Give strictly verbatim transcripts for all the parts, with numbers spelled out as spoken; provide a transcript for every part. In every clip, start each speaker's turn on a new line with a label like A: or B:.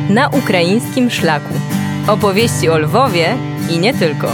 A: Na ukraińskim szlaku. Opowieści o Lwowie i nie tylko.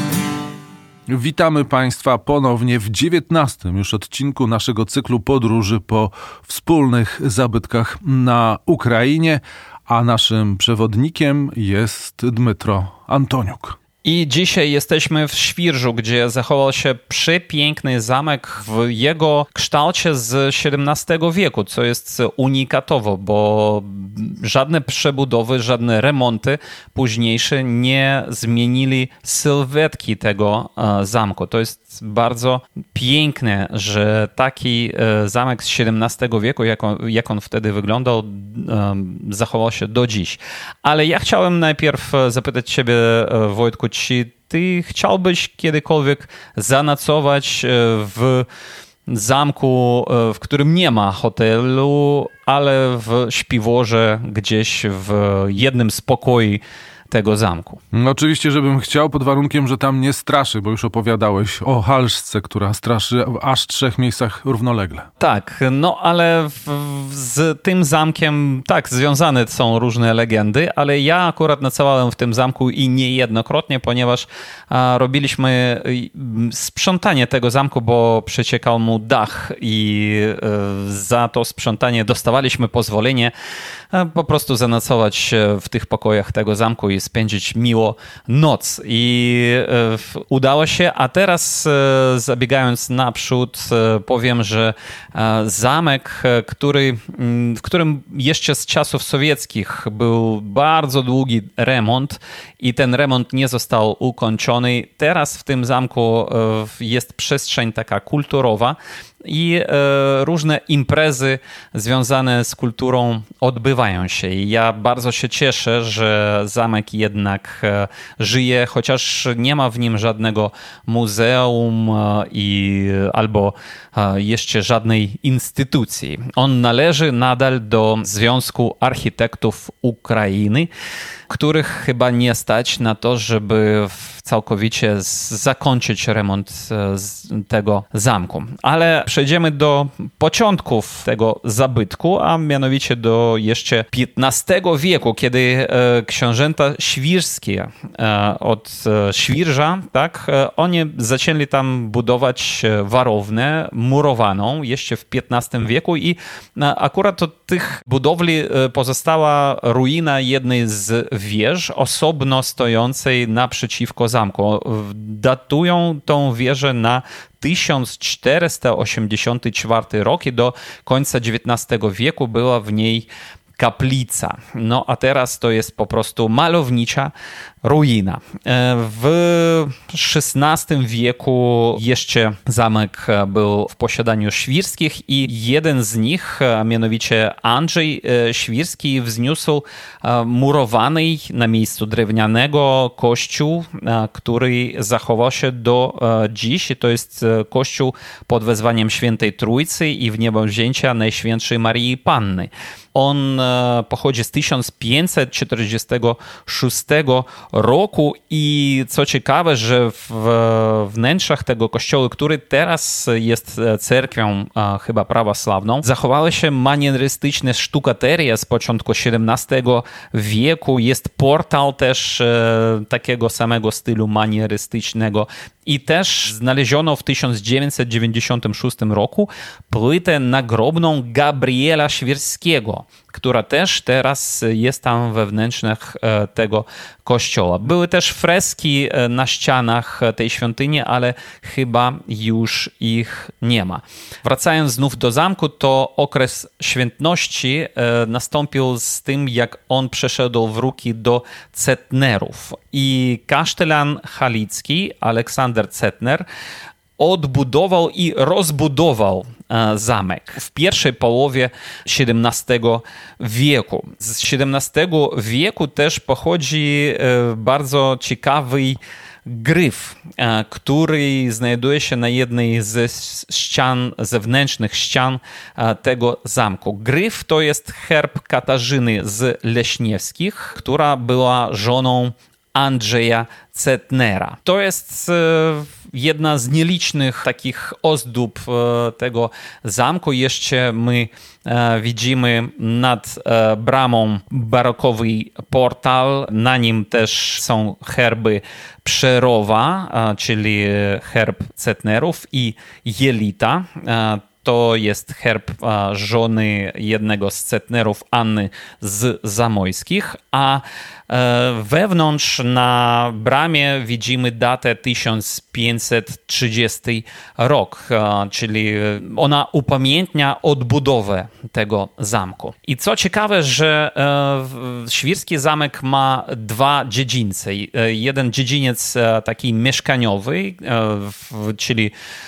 B: Witamy Państwa ponownie w dziewiętnastym już odcinku naszego cyklu podróży po wspólnych zabytkach na Ukrainie, a naszym przewodnikiem jest Dmytro Antoniuk.
C: I dzisiaj jesteśmy w Świrżu, gdzie zachował się przepiękny zamek w jego kształcie z siedemnastego wieku, co jest unikatowo, bo żadne przebudowy, żadne remonty późniejsze nie zmienili sylwetki tego zamku. To jest bardzo piękne, że taki zamek z siedemnastego wieku, jak on, jak on wtedy wyglądał, zachował się do dziś. Ale ja chciałem najpierw zapytać ciebie, Wojtku, czy ty chciałbyś kiedykolwiek zanocować w zamku, w którym nie ma hotelu, ale w śpiworze gdzieś w jednym z pokoi tego zamku?
B: No oczywiście, żebym chciał, pod warunkiem, że tam nie straszy, bo już opowiadałeś o halszce, która straszy w aż trzech miejscach równolegle.
C: Tak, no ale w, z tym zamkiem, tak, związane są różne legendy, ale ja akurat nocowałem w tym zamku i niejednokrotnie, ponieważ a, robiliśmy sprzątanie tego zamku, bo przeciekał mu dach i e, za to sprzątanie dostawaliśmy pozwolenie e, po prostu zanocować w tych pokojach tego zamku i spędzić miło noc. I e, udało się, a teraz e, zabiegając naprzód e, powiem, że e, zamek, który, w którym jeszcze z czasów sowieckich był bardzo długi remont i ten remont nie został ukończony. Teraz w tym zamku e, jest przestrzeń taka kulturowa i e, różne imprezy związane z kulturą odbywają się. I ja bardzo się cieszę, że zamek jednak e, żyje, chociaż nie ma w nim żadnego muzeum e, i albo e, jeszcze żadnej instytucji. On należy nadal do Związku Architektów Ukrainy, których chyba nie stać na to, żeby całkowicie zakończyć remont tego zamku. Ale przejdziemy do początków tego zabytku, a mianowicie do jeszcze piętnastego wieku, kiedy książęta świrskie od Świrża, tak, oni zaczęli tam budować warownię murowaną jeszcze w piętnastym wieku i akurat od tych budowli pozostała ruina jednej z wież osobno stojącej naprzeciwko zamku. Datują tą wieżę na tysiąc czterysta osiemdziesiąty czwarty rok i do końca dziewiętnastego wieku była w niej kaplica. No a teraz to jest po prostu malownicza ruina. W szesnastym wieku jeszcze zamek był w posiadaniu świrskich i jeden z nich, a mianowicie Andrzej Świrski, wzniósł murowany na miejscu drewnianego kościół, który zachował się do dziś. To jest kościół pod wezwaniem Świętej Trójcy i Wniebowzięcia Najświętszej Marii Panny. On pochodzi z tysiąc pięćset czterdziestego szóstego roku i co ciekawe, że w wnętrzach tego kościoła, który teraz jest cerkwią chyba prawosławną, zachowały się manierystyczne sztukaterie z początku siedemnastego wieku. Jest portal też takiego samego stylu manierystycznego. I też znaleziono w tysiąc dziewięćset dziewięćdziesiątym szóstym roku płytę nagrobną Gabriela Świrskiego, która też teraz jest tam we wnętrzach tego kościoła. Były też freski na ścianach tej świątyni, ale chyba już ich nie ma. Wracając znów do zamku, to okres świętności nastąpił z tym, jak on przeszedł w ruki do Cetnerów. I kasztelan halicki Aleksander Cetner odbudował i rozbudował zamek w pierwszej połowie siedemnastego wieku. Z siedemnastego wieku też pochodzi bardzo ciekawy gryf, który znajduje się na jednej ze ścian, zewnętrznych ścian tego zamku. Gryf to jest herb Katarzyny z Leśniewskich, która była żoną Andrzeja Zettnera. To jest jedna z nielicznych takich ozdób tego zamku. Jeszcze my widzimy nad bramą barokowy portal. Na nim też są herby Przerowa, czyli herb Zettnerów, i Jelita. To jest herb żony jednego z Zettnerów, Anny z Zamojskich, a wewnątrz na bramie widzimy datę tysiąc pięćset trzydziesty rok, czyli ona upamiętnia odbudowę tego zamku. I co ciekawe, że Świrski zamek ma dwa dziedzińce. Jeden dziedziniec taki mieszkaniowy, czyli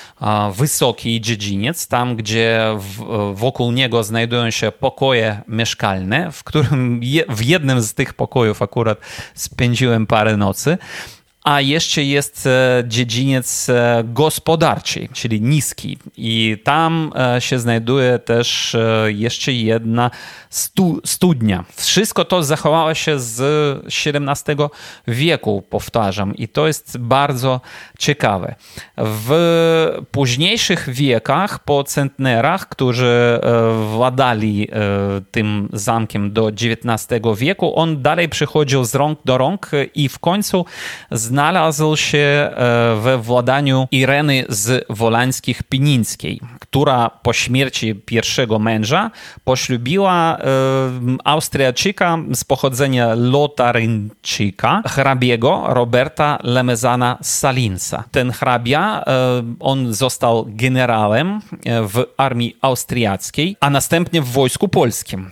C: wysoki dziedziniec, tam gdzie w, wokół niego znajdują się pokoje mieszkalne, w którym je, w jednym z tych pokojów akurat spędziłem parę nocy. A jeszcze jest dziedziniec gospodarczy, czyli niski. I tam się znajduje też jeszcze jedna stu, studnia. Wszystko to zachowało się z siedemnastego wieku, powtarzam. I to jest bardzo ciekawe. W późniejszych wiekach, po Zettnerach, którzy władali tym zamkiem do dziewiętnastego wieku, on dalej przychodził z rąk do rąk i w końcu znalazł się we władaniu Ireny z Wolańskich-Pinińskiej, która po śmierci pierwszego męża poślubiła Austriaczyka z pochodzenia Lotaryńczyka, hrabiego Roberta Lemezana Salinsa. Ten hrabia, on został generałem w armii austriackiej, a następnie w wojsku polskim.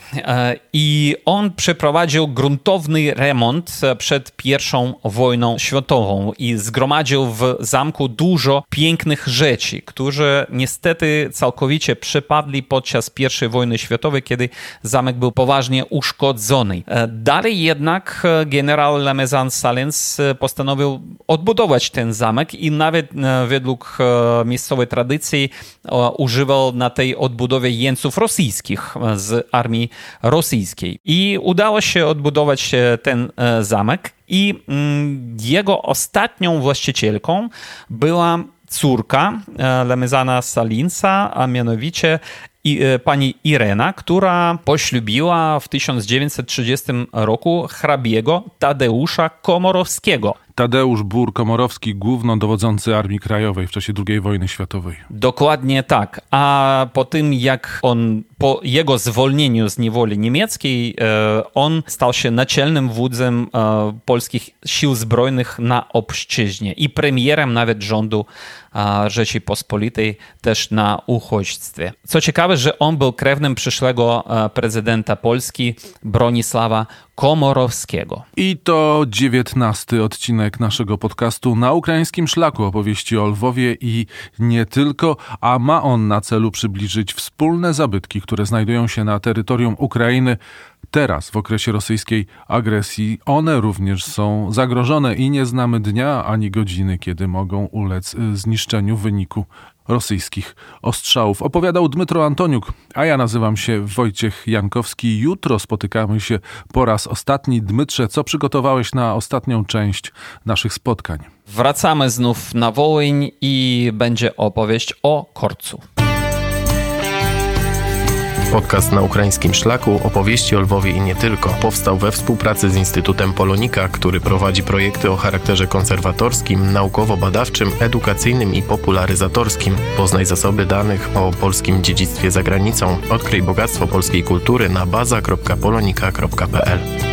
C: I on przeprowadził gruntowny remont przed pierwszą wojną światową i zgromadził w zamku dużo pięknych rzeczy, które niestety całkowicie przepadli podczas pierwszej wojny światowej, kiedy zamek był poważnie uszkodzony. Dalej jednak generał Lemezan Salins postanowił odbudować ten zamek i nawet według miejscowej tradycji używał na tej odbudowie jeńców rosyjskich z armii rosyjskiej. I udało się odbudować ten zamek i jego ostatnią właścicielką była córka Lemezana Salinsa, a mianowicie I, pani Irena, która poślubiła w tysiąc dziewięćset trzydziestym roku hrabiego Tadeusza Komorowskiego.
B: Tadeusz Bór-Komorowski, głównodowodzący Armii Krajowej w czasie drugiej wojny światowej.
C: Dokładnie tak. A po tym, jak on, po jego zwolnieniu z niewoli niemieckiej, on stał się naczelnym wodzem polskich sił zbrojnych na obszczyźnie i premierem nawet rządu Rzeczypospolitej też na uchodźstwie. Co ciekawe, że on był krewnym przyszłego prezydenta Polski Bronisława Komorowskiego.
B: I to dziewiętnasty odcinek naszego podcastu Na Ukraińskim Szlaku, opowieści o Lwowie i nie tylko, a ma on na celu przybliżyć wspólne zabytki, które znajdują się na terytorium Ukrainy teraz, w okresie rosyjskiej agresji. One również są zagrożone i nie znamy dnia ani godziny, kiedy mogą ulec zniszczeniu w wyniku rosyjskich ostrzałów. Opowiadał Dmytro Antoniuk, a ja nazywam się Wojciech Jankowski. Jutro spotykamy się po raz ostatni. Dmytrze, co przygotowałeś na ostatnią część naszych spotkań?
C: Wracamy znów na Wołyń i będzie opowieść o Korcu.
D: Podcast Na Ukraińskim Szlaku, opowieści o Lwowie i nie tylko, powstał we współpracy z Instytutem Polonika, który prowadzi projekty o charakterze konserwatorskim, naukowo-badawczym, edukacyjnym i popularyzatorskim. Poznaj zasoby danych o polskim dziedzictwie za granicą. Odkryj bogactwo polskiej kultury na baza kropka polonika kropka p l.